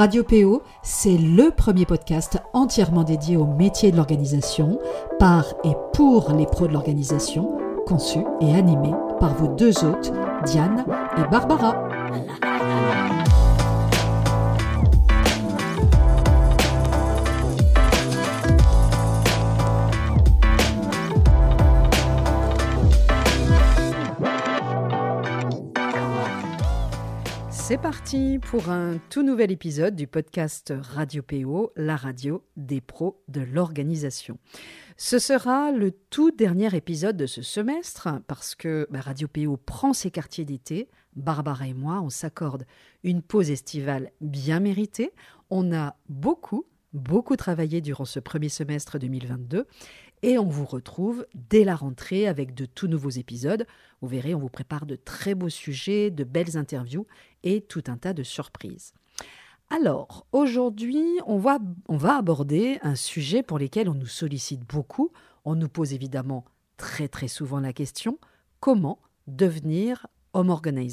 Radio PO, c'est le premier podcast entièrement dédié au métier de l'organisation, par et pour les pros de l'organisation, conçu et animé par vos deux hôtes, Diane et Barbara. C'est parti pour un tout nouvel épisode du podcast Radio PO, la radio des pros de l'organisation. Ce sera le tout dernier épisode de ce semestre parce que Radio PO prend ses quartiers d'été. Barbara et moi, on s'accorde une pause estivale bien méritée. On a beaucoup travaillé durant ce premier semestre 2022 et on vous retrouve dès la rentrée avec de tout nouveaux épisodes. Vous verrez, on vous prépare de très beaux sujets, de belles interviews et tout un tas de surprises. Alors, aujourd'hui, on va aborder un sujet pour lequel on nous sollicite beaucoup. On nous pose évidemment très souvent la question « Comment devenir home organizer ?»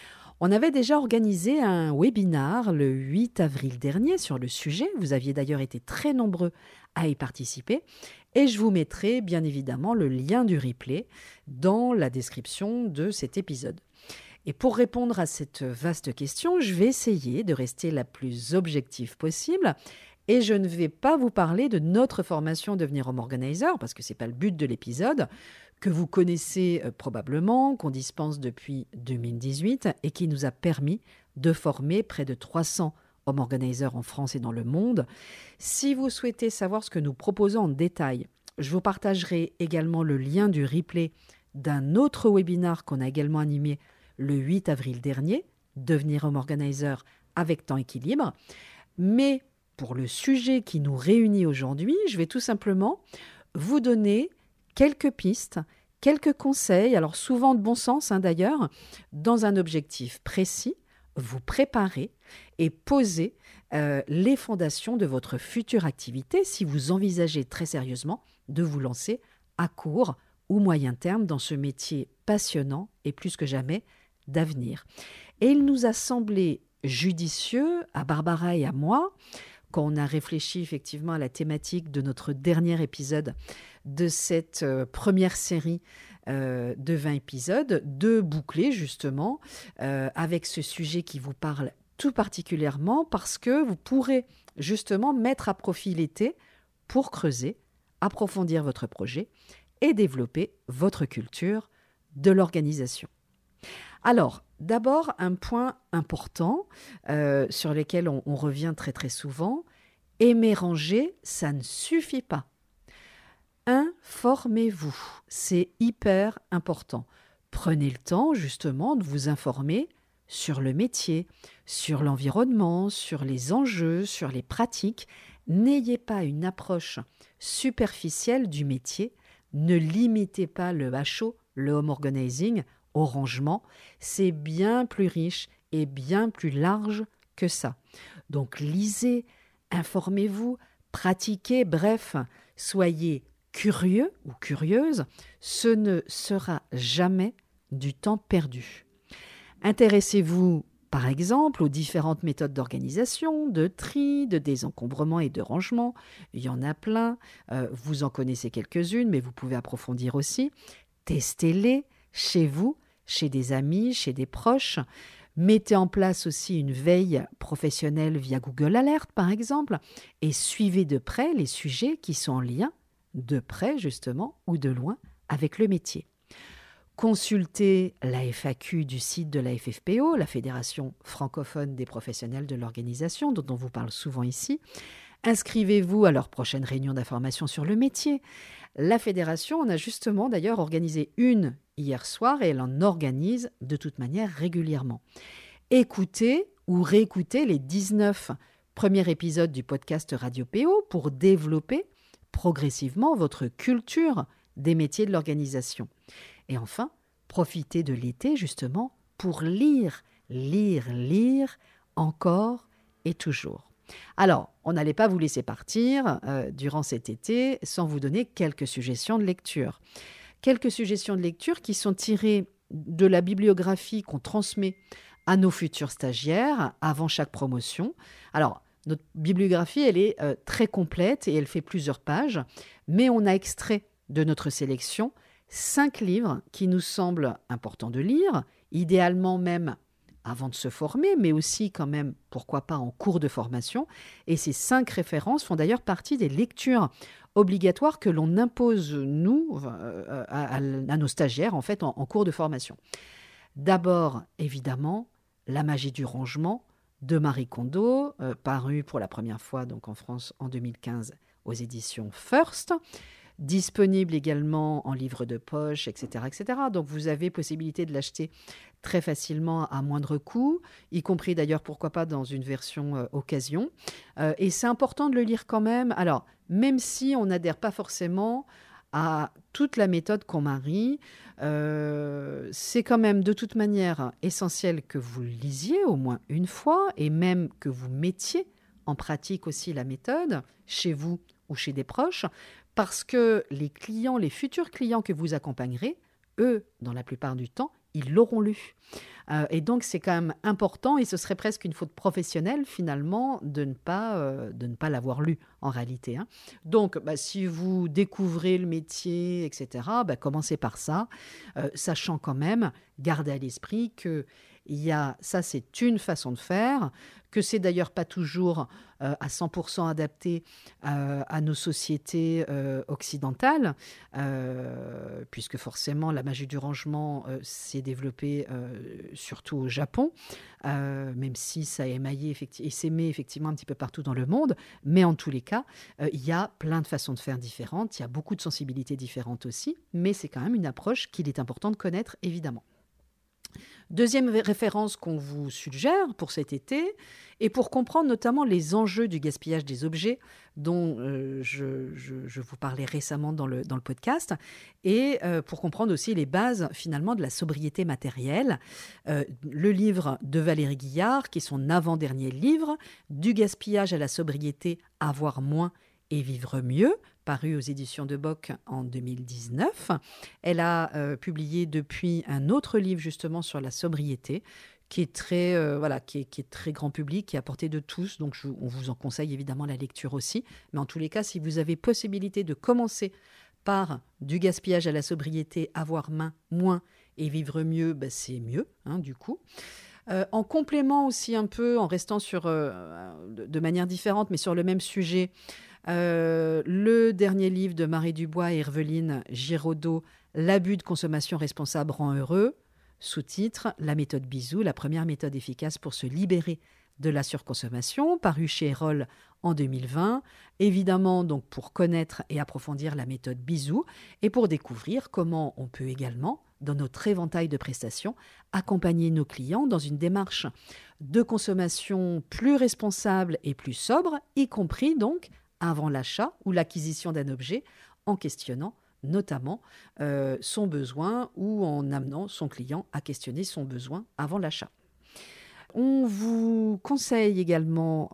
On avait déjà organisé un webinar le 8 avril dernier sur le sujet. Vous aviez d'ailleurs été très nombreux à y participer. Et je vous mettrai bien évidemment le lien du replay dans la description de cet épisode. Et pour répondre à cette vaste question, je vais essayer de rester la plus objective possible. Et je ne vais pas vous parler de notre formation Devenir Home Organizer, parce que ce n'est pas le but de l'épisode, que vous connaissez probablement, qu'on dispense depuis 2018 et qui nous a permis de former près de 300 home organizers en France et dans le monde. Si vous souhaitez savoir ce que nous proposons en détail, je vous partagerai également le lien du replay d'un autre webinar qu'on a également animé le 8 avril dernier, Devenir home organizer avec temps équilibre. Mais pour le sujet qui nous réunit aujourd'hui, je vais tout simplement vous donner quelques pistes, quelques conseils, alors souvent de bon sens d'ailleurs, dans un objectif précis, vous préparer et poser les fondations de votre future activité si vous envisagez très sérieusement de vous lancer à court ou moyen terme dans ce métier passionnant et plus que jamais d'avenir. Et il nous a semblé judicieux, à Barbara et à moi, quand on a réfléchi effectivement à la thématique de notre dernier épisode de cette première série de 20 épisodes, de boucler justement avec ce sujet qui vous parle tout particulièrement parce que vous pourrez justement mettre à profit l'été pour creuser, approfondir votre projet et développer votre culture de l'organisation. Alors, d'abord, un point important sur lequel on revient très souvent, aimer ranger, ça ne suffit pas. Informez-vous, c'est hyper important. Prenez le temps justement de vous informer sur le métier, sur l'environnement, sur les enjeux, sur les pratiques. N'ayez pas une approche superficielle du métier. Ne limitez pas le HO, le home organizing, au rangement. C'est bien plus riche et bien plus large que ça. Donc lisez, informez-vous, pratiquez, bref, soyez curieux ou curieuse, ce ne sera jamais du temps perdu. Intéressez-vous par exemple aux différentes méthodes d'organisation, de tri, de désencombrement et de rangement. Il y en a plein, vous en connaissez quelques-unes, mais vous pouvez approfondir aussi. Testez-les chez vous, chez des amis, chez des proches. Mettez en place aussi une veille professionnelle via Google Alert par exemple et suivez de près les sujets qui sont en lien de près justement ou de loin avec le métier. Consultez la FAQ du site de la FFPO, la Fédération francophone des professionnels de l'organisation, dont on vous parle souvent ici. Inscrivez-vous à leur prochaine réunion d'information sur le métier. La Fédération en a justement d'ailleurs organisé une hier soir et elle en organise de toute manière régulièrement. Écoutez ou réécoutez les 19 premiers épisodes du podcast Radio PO pour développer progressivement votre culture des métiers de l'organisation. Et enfin, profitez de l'été justement pour lire encore et toujours. Alors, on n'allait pas vous laisser partir durant cet été sans vous donner quelques suggestions de lecture. Quelques suggestions de lecture qui sont tirées de la bibliographie qu'on transmet à nos futurs stagiaires avant chaque promotion. Alors, notre bibliographie, elle est très complète et elle fait plusieurs pages, mais on a extrait de notre sélection 5 livres qui nous semblent importants de lire, idéalement même avant de se former, mais aussi quand même, pourquoi pas, en cours de formation. Et ces 5 références font d'ailleurs partie des lectures obligatoires que l'on impose, nous, à nos stagiaires, en fait, en cours de formation. D'abord, évidemment, La magie du rangement de Marie Kondo, paru pour la première fois donc en France en 2015 aux éditions First, disponible également en livre de poche, etc., etc. Donc vous avez possibilité de l'acheter très facilement à moindre coût, y compris d'ailleurs, pourquoi pas, dans une version occasion. Et c'est important de le lire quand même. Alors, même si on n'adhère pas forcément à toute la méthode KonMari, c'est quand même de toute manière essentiel que vous le lisiez au moins une fois et même que vous mettiez en pratique aussi la méthode chez vous ou chez des proches, parce que les futurs clients que vous accompagnerez, eux, dans la plupart du temps, ils l'auront lu. Et donc, c'est quand même important, et ce serait presque une faute professionnelle, finalement, de ne pas l'avoir lu, en réalité. Hein. Donc, si vous découvrez le métier, etc., commencez par ça, sachant quand même, gardez à l'esprit que ça, c'est une façon de faire, que c'est d'ailleurs pas toujours à 100% adapté à nos sociétés occidentales, puisque forcément la magie du rangement s'est développée surtout au Japon, même si ça est émaillé et s'émet effectivement un petit peu partout dans le monde, mais en tous les cas, il y a plein de façons de faire différentes, il y a beaucoup de sensibilités différentes aussi, mais c'est quand même une approche qu'il est important de connaître, évidemment. Deuxième référence qu'on vous suggère pour cet été, et pour comprendre notamment les enjeux du gaspillage des objets dont je vous parlais récemment dans le podcast, et pour comprendre aussi les bases finalement de la sobriété matérielle, le livre de Valérie Guillard, qui est son avant-dernier livre, Du gaspillage à la sobriété, avoir moins et vivre mieux, paru aux éditions de Bock en 2019. Elle a publié depuis un autre livre justement sur la sobriété, qui est très, qui est très grand public, qui est à portée de tous. Donc on vous en conseille évidemment la lecture aussi. Mais en tous les cas, si vous avez possibilité de commencer par Du gaspillage à la sobriété, avoir moins et vivre mieux, c'est mieux, hein, du coup. En complément aussi un peu, en restant sur, de manière différente, mais sur le même sujet, le dernier livre de Marie Dubois et Herveline Giraudot, L'abus de consommation responsable rend heureux, sous-titre La méthode Bisou, la première méthode efficace pour se libérer de la surconsommation, paru chez Erol en 2020. Évidemment, donc pour connaître et approfondir la méthode Bisou et pour découvrir comment on peut également, dans notre éventail de prestations, accompagner nos clients dans une démarche de consommation plus responsable et plus sobre, y compris donc avant l'achat ou l'acquisition d'un objet, en questionnant notamment son besoin ou en amenant son client à questionner son besoin avant l'achat. On vous conseille également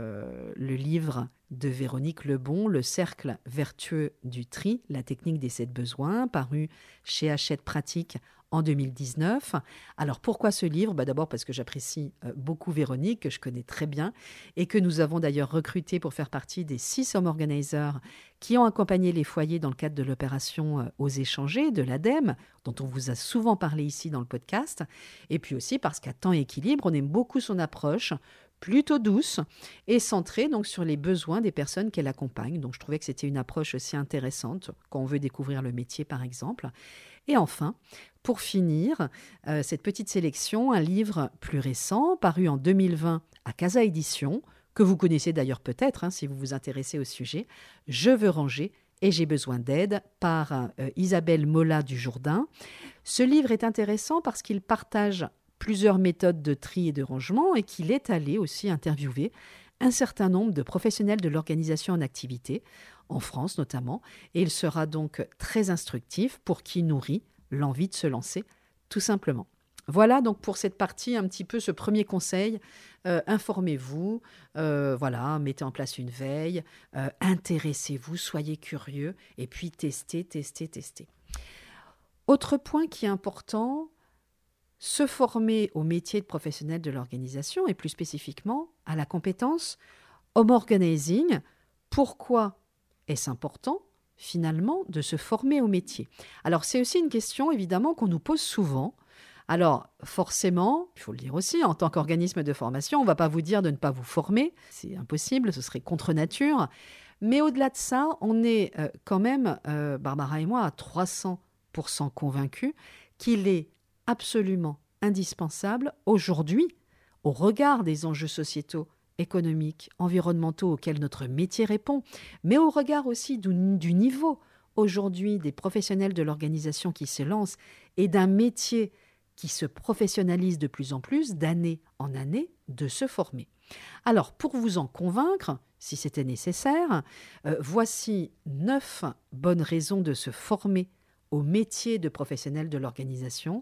le livre de Véronique Lebon, Le cercle vertueux du tri, la technique des 7 besoins, paru chez Hachette Pratique en 2019. Alors pourquoi ce livre ? D'abord parce que j'apprécie beaucoup Véronique, que je connais très bien, et que nous avons d'ailleurs recruté pour faire partie des 6 home organizers qui ont accompagné les foyers dans le cadre de l'opération Oser changer de l'ADEME, dont on vous a souvent parlé ici dans le podcast, et puis aussi parce qu'à Temps et Équilibre, on aime beaucoup son approche, plutôt douce et centrée donc sur les besoins des personnes qu'elle accompagne. Donc je trouvais que c'était une approche aussi intéressante quand on veut découvrir le métier, par exemple. Et enfin, pour finir, cette petite sélection, un livre plus récent, paru en 2020 à Casa Édition, que vous connaissez d'ailleurs peut-être si vous vous intéressez au sujet, Je veux ranger et j'ai besoin d'aide, par Isabelle Mola du Jourdain. Ce livre est intéressant parce qu'il partage plusieurs méthodes de tri et de rangement et qu'il est allé aussi interviewer un certain nombre de professionnels de l'organisation en activité, en France notamment, et il sera donc très instructif pour qui nourrit l'envie de se lancer, tout simplement. Voilà donc pour cette partie, un petit peu ce premier conseil. Informez-vous, mettez en place une veille, intéressez-vous, soyez curieux, et puis testez. Autre point qui est important, se former au métier de professionnel de l'organisation et plus spécifiquement à la compétence home organizing. Pourquoi est-ce important finalement de se former au métier? Alors c'est aussi une question évidemment qu'on nous pose souvent. Alors forcément, il faut le dire aussi, en tant qu'organisme de formation, on ne va pas vous dire de ne pas vous former, c'est impossible, ce serait contre nature. Mais au-delà de ça, on est quand même, Barbara et moi, à 300% convaincus qu'il est absolument indispensable aujourd'hui, au regard des enjeux sociétaux, économiques, environnementaux auxquels notre métier répond, mais au regard aussi du niveau aujourd'hui des professionnels de l'organisation qui se lancent et d'un métier qui se professionnalise de plus en plus, d'année en année, de se former. Alors, pour vous en convaincre, si c'était nécessaire, voici 9 bonnes raisons de se former au métier de professionnel de l'organisation.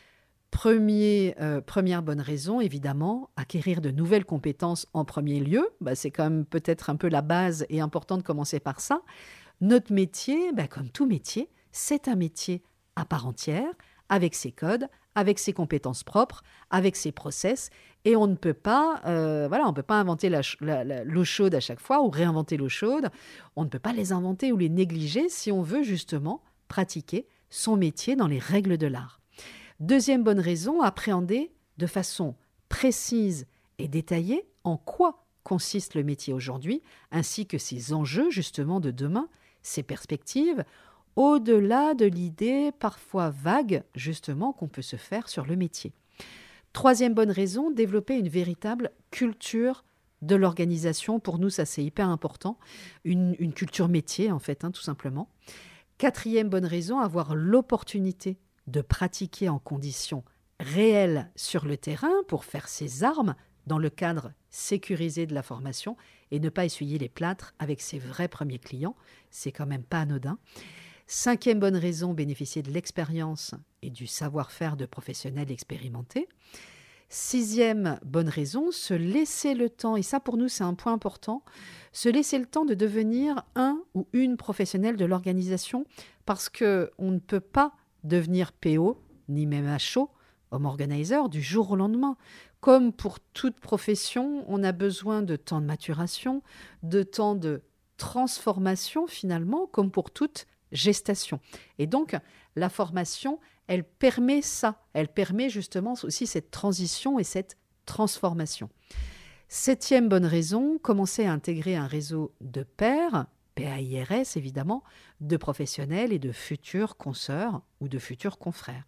Première bonne raison, évidemment, acquérir de nouvelles compétences en premier lieu. C'est quand même peut-être un peu la base et important de commencer par ça. Notre métier, comme tout métier, c'est un métier à part entière, avec ses codes, avec ses compétences propres, avec ses process. Et on ne peut pas, on peut pas inventer l'eau chaude à chaque fois ou réinventer l'eau chaude. On ne peut pas les inventer ou les négliger si on veut justement pratiquer son métier dans les règles de l'art. Deuxième bonne raison, appréhender de façon précise et détaillée en quoi consiste le métier aujourd'hui, ainsi que ses enjeux justement de demain, ses perspectives, au-delà de l'idée parfois vague justement qu'on peut se faire sur le métier. Troisième bonne raison, développer une véritable culture de l'organisation. Pour nous, ça c'est hyper important. Une culture métier en fait, tout simplement. Quatrième bonne raison, avoir l'opportunité de pratiquer en conditions réelles sur le terrain pour faire ses armes dans le cadre sécurisé de la formation et ne pas essuyer les plâtres avec ses vrais premiers clients. C'est quand même pas anodin. Cinquième bonne raison, bénéficier de l'expérience et du savoir-faire de professionnels expérimentés. Sixième bonne raison, se laisser le temps, et ça pour nous c'est un point important, se laisser le temps de devenir un ou une professionnelle de l'organisation parce qu'on ne peut pas devenir PO, ni même HO, home organizer, du jour au lendemain. Comme pour toute profession, on a besoin de temps de maturation, de temps de transformation finalement, comme pour toute gestation. Et donc, la formation, elle permet ça. Elle permet justement aussi cette transition et cette transformation. Septième bonne raison, commencer à intégrer un réseau de pairs, PAIRS évidemment, de professionnels et de futurs consoeurs ou de futurs confrères.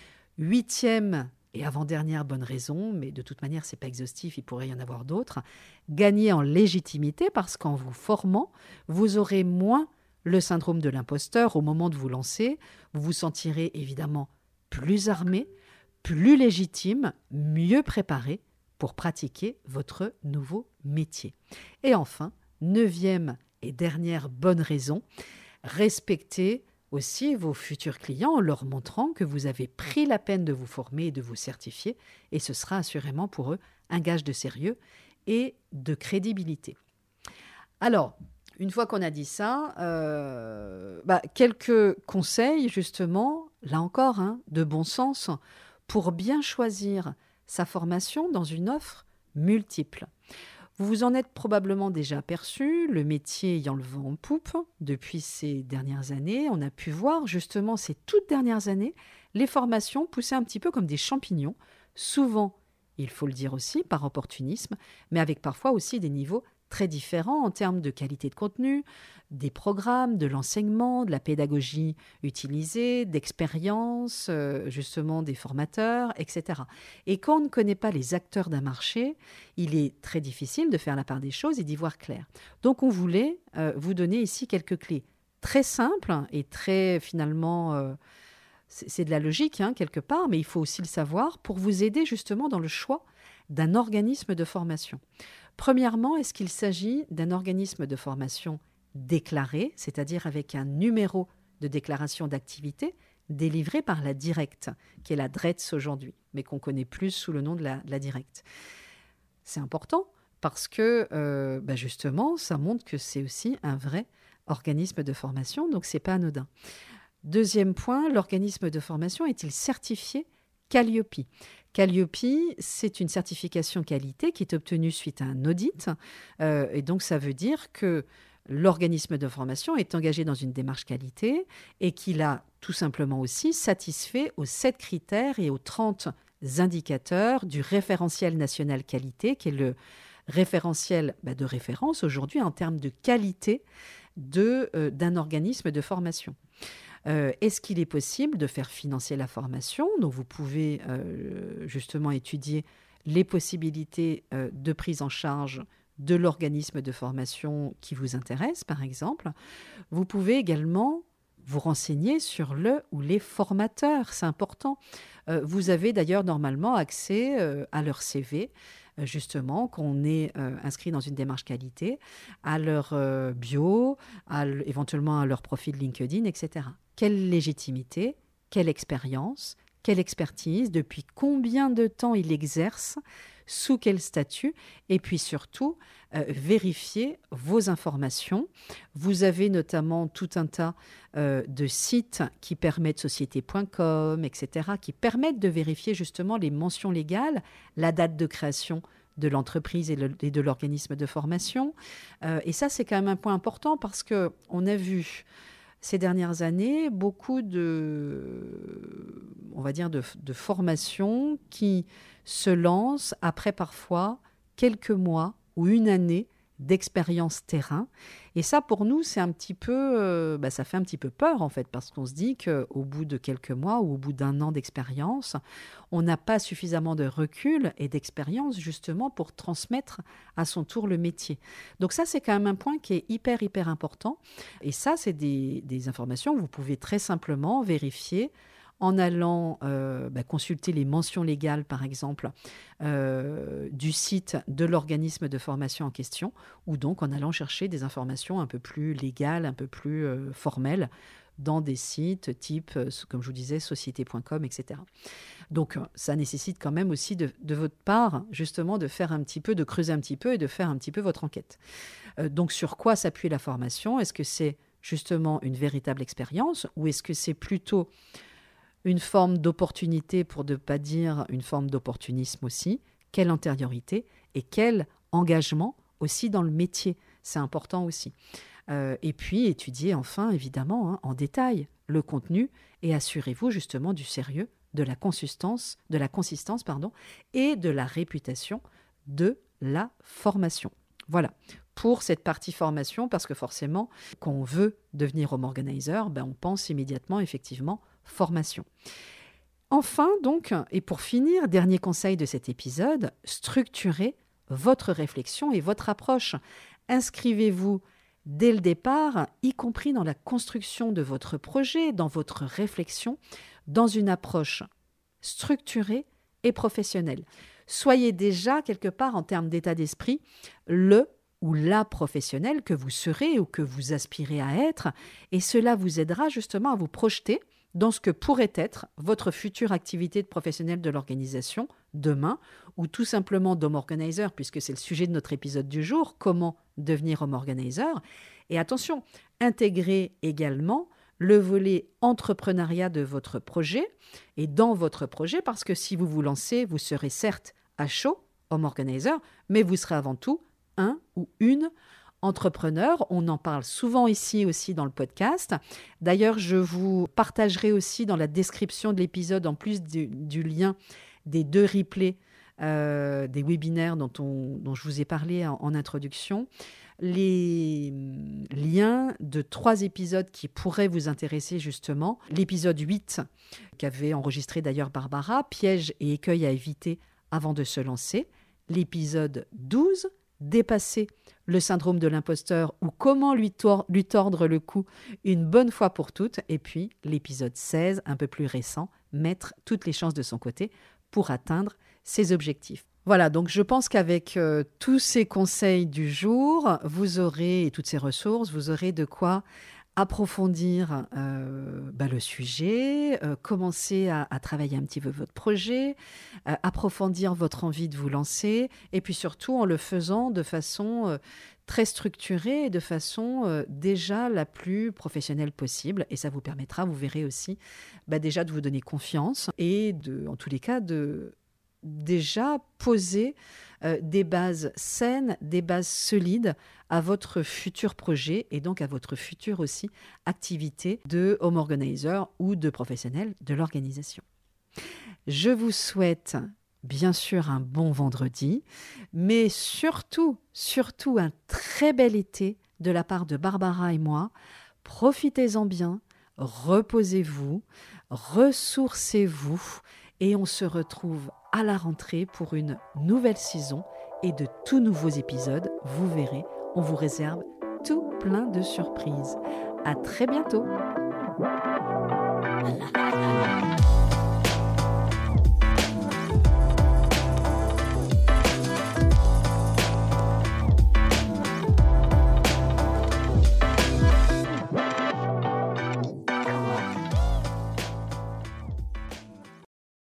Huitième et avant-dernière bonne raison, mais de toute manière, ce n'est pas exhaustif, il pourrait y en avoir d'autres, gagner en légitimité parce qu'en vous formant, vous aurez moins le syndrome de l'imposteur au moment de vous lancer. Vous vous sentirez évidemment plus armé, plus légitime, mieux préparé pour pratiquer votre nouveau métier. Et enfin, neuvième et dernière bonne raison, respecter aussi vos futurs clients en leur montrant que vous avez pris la peine de vous former et de vous certifier, et ce sera assurément pour eux un gage de sérieux et de crédibilité. Alors, une fois qu'on a dit ça, quelques conseils justement, là encore, de bon sens, pour bien choisir sa formation dans une offre multiple. Vous vous en êtes probablement déjà aperçu, le métier ayant le vent en poupe depuis ces dernières années. On a pu voir justement ces toutes dernières années les formations pousser un petit peu comme des champignons, souvent, il faut le dire aussi, par opportunisme, mais avec parfois aussi des niveaux très différents en termes de qualité de contenu, des programmes, de l'enseignement, de la pédagogie utilisée, d'expérience, justement des formateurs, etc. Et quand on ne connaît pas les acteurs d'un marché, il est très difficile de faire la part des choses et d'y voir clair. Donc on voulait vous donner ici quelques clés très simples et très finalement... c'est de la logique quelque part, mais il faut aussi le savoir pour vous aider justement dans le choix d'un organisme de formation. Premièrement, est-ce qu'il s'agit d'un organisme de formation déclaré, c'est-à-dire avec un numéro de déclaration d'activité délivré par la Directe, qui est la DRETS aujourd'hui, mais qu'on connaît plus sous le nom de la Directe. C'est important parce que justement, ça montre que c'est aussi un vrai organisme de formation, donc ce n'est pas anodin. Deuxième point, l'organisme de formation est-il certifié Calliope. Calliope, c'est une certification qualité qui est obtenue suite à un audit. Et donc, ça veut dire que l'organisme de formation est engagé dans une démarche qualité et qu'il a tout simplement aussi satisfait aux 7 critères et aux 30 indicateurs du référentiel national qualité, qui est le référentiel de référence aujourd'hui en termes de qualité d'un organisme de formation. Est-ce qu'il est possible de faire financer la formation ? Donc vous pouvez justement étudier les possibilités de prise en charge de l'organisme de formation qui vous intéresse, par exemple. Vous pouvez également vous renseigner sur le ou les formateurs, c'est important. Vous avez d'ailleurs normalement accès à leur CV, justement, qu'on est inscrit dans une démarche qualité, à leur bio, éventuellement à leur profil LinkedIn, etc. Quelle légitimité, quelle expérience, quelle expertise, depuis combien de temps il exerce, sous quel statut, et puis surtout, vérifier vos informations. Vous avez notamment tout un tas de sites qui permettent, société.com, etc., qui permettent de vérifier justement les mentions légales, la date de création de l'entreprise et de l'organisme de formation. Et ça, c'est quand même un point important parce qu'on a vu ces dernières années beaucoup on va dire, de formations qui se lancent après parfois quelques mois ou une année d'expérience terrain. Et ça, pour nous, c'est un petit peu, ça fait un petit peu peur, en fait, parce qu'on se dit qu'au bout de quelques mois ou au bout d'un an d'expérience, on n'a pas suffisamment de recul et d'expérience, justement, pour transmettre à son tour le métier. Donc ça, c'est quand même un point qui est hyper, hyper important. Et ça, c'est des informations que vous pouvez très simplement vérifier en allant consulter les mentions légales, par exemple, du site de l'organisme de formation en question, ou donc en allant chercher des informations un peu plus légales, un peu plus formelles, dans des sites type, comme je vous disais, société.com, etc. Donc, ça nécessite quand même aussi de votre part, justement, de creuser un petit peu et de faire un petit peu votre enquête. Donc, sur quoi s'appuie la formation ? Est-ce que c'est justement une véritable expérience ou est-ce que c'est plutôt une forme d'opportunité, pour ne pas dire une forme d'opportunisme aussi? Quelle antériorité et quel engagement aussi dans le métier? C'est important aussi. Et puis, étudiez enfin, évidemment, en détail le contenu et assurez-vous justement du sérieux, de la consistance, et de la réputation de la formation. Voilà, pour cette partie formation, parce que forcément, quand on veut devenir home organizer, on pense immédiatement, effectivement, formation. Enfin, donc, et pour finir, dernier conseil de cet épisode, structurez votre réflexion et votre approche. Inscrivez-vous dès le départ, y compris dans la construction de votre projet, dans votre réflexion, dans une approche structurée et professionnelle. Soyez déjà, quelque part, en termes d'état d'esprit, le ou la professionnelle que vous serez ou que vous aspirez à être, et cela vous aidera justement à vous projeter dans ce que pourrait être votre future activité de professionnel de l'organisation demain, ou tout simplement d'home organizer, puisque c'est le sujet de notre épisode du jour, comment devenir home organizer. Et attention, intégrez également le volet entrepreneuriat de votre projet et dans votre projet, parce que si vous vous lancez, vous serez certes à chaud, home organizer, mais vous serez avant tout un ou une entrepreneur. On en parle souvent ici aussi dans le podcast. D'ailleurs, je vous partagerai aussi dans la description de l'épisode, en plus du lien des 2 replays des webinaires dont je vous ai parlé en introduction, les liens de 3 épisodes qui pourraient vous intéresser justement. L'épisode 8, qu'avait enregistré d'ailleurs Barbara, pièges et écueils à éviter avant de se lancer. L'épisode 12, dépasser le syndrome de l'imposteur ou comment lui tordre le cou une bonne fois pour toutes. Et puis l'épisode 16, un peu plus récent, mettre toutes les chances de son côté pour atteindre ses objectifs. Voilà, donc je pense qu'avec tous ces conseils du jour, vous aurez, et toutes ces ressources, vous aurez de quoi approfondir le sujet, commencer à travailler un petit peu votre projet, approfondir votre envie de vous lancer, et puis surtout en le faisant de façon très structurée et de façon déjà la plus professionnelle possible. Et ça vous permettra, vous verrez aussi, déjà de vous donner confiance et en tous les cas de déjà poser des bases saines, des bases solides à votre futur projet et donc à votre future aussi activité de home organizer ou de professionnel de l'organisation. Je vous souhaite bien sûr un bon vendredi, mais surtout un très bel été de la part de Barbara et moi. Profitez-en bien, reposez-vous, ressourcez-vous et on se retrouve à la rentrée pour une nouvelle saison et de tout nouveaux épisodes. Vous verrez, on vous réserve tout plein de surprises. À très bientôt.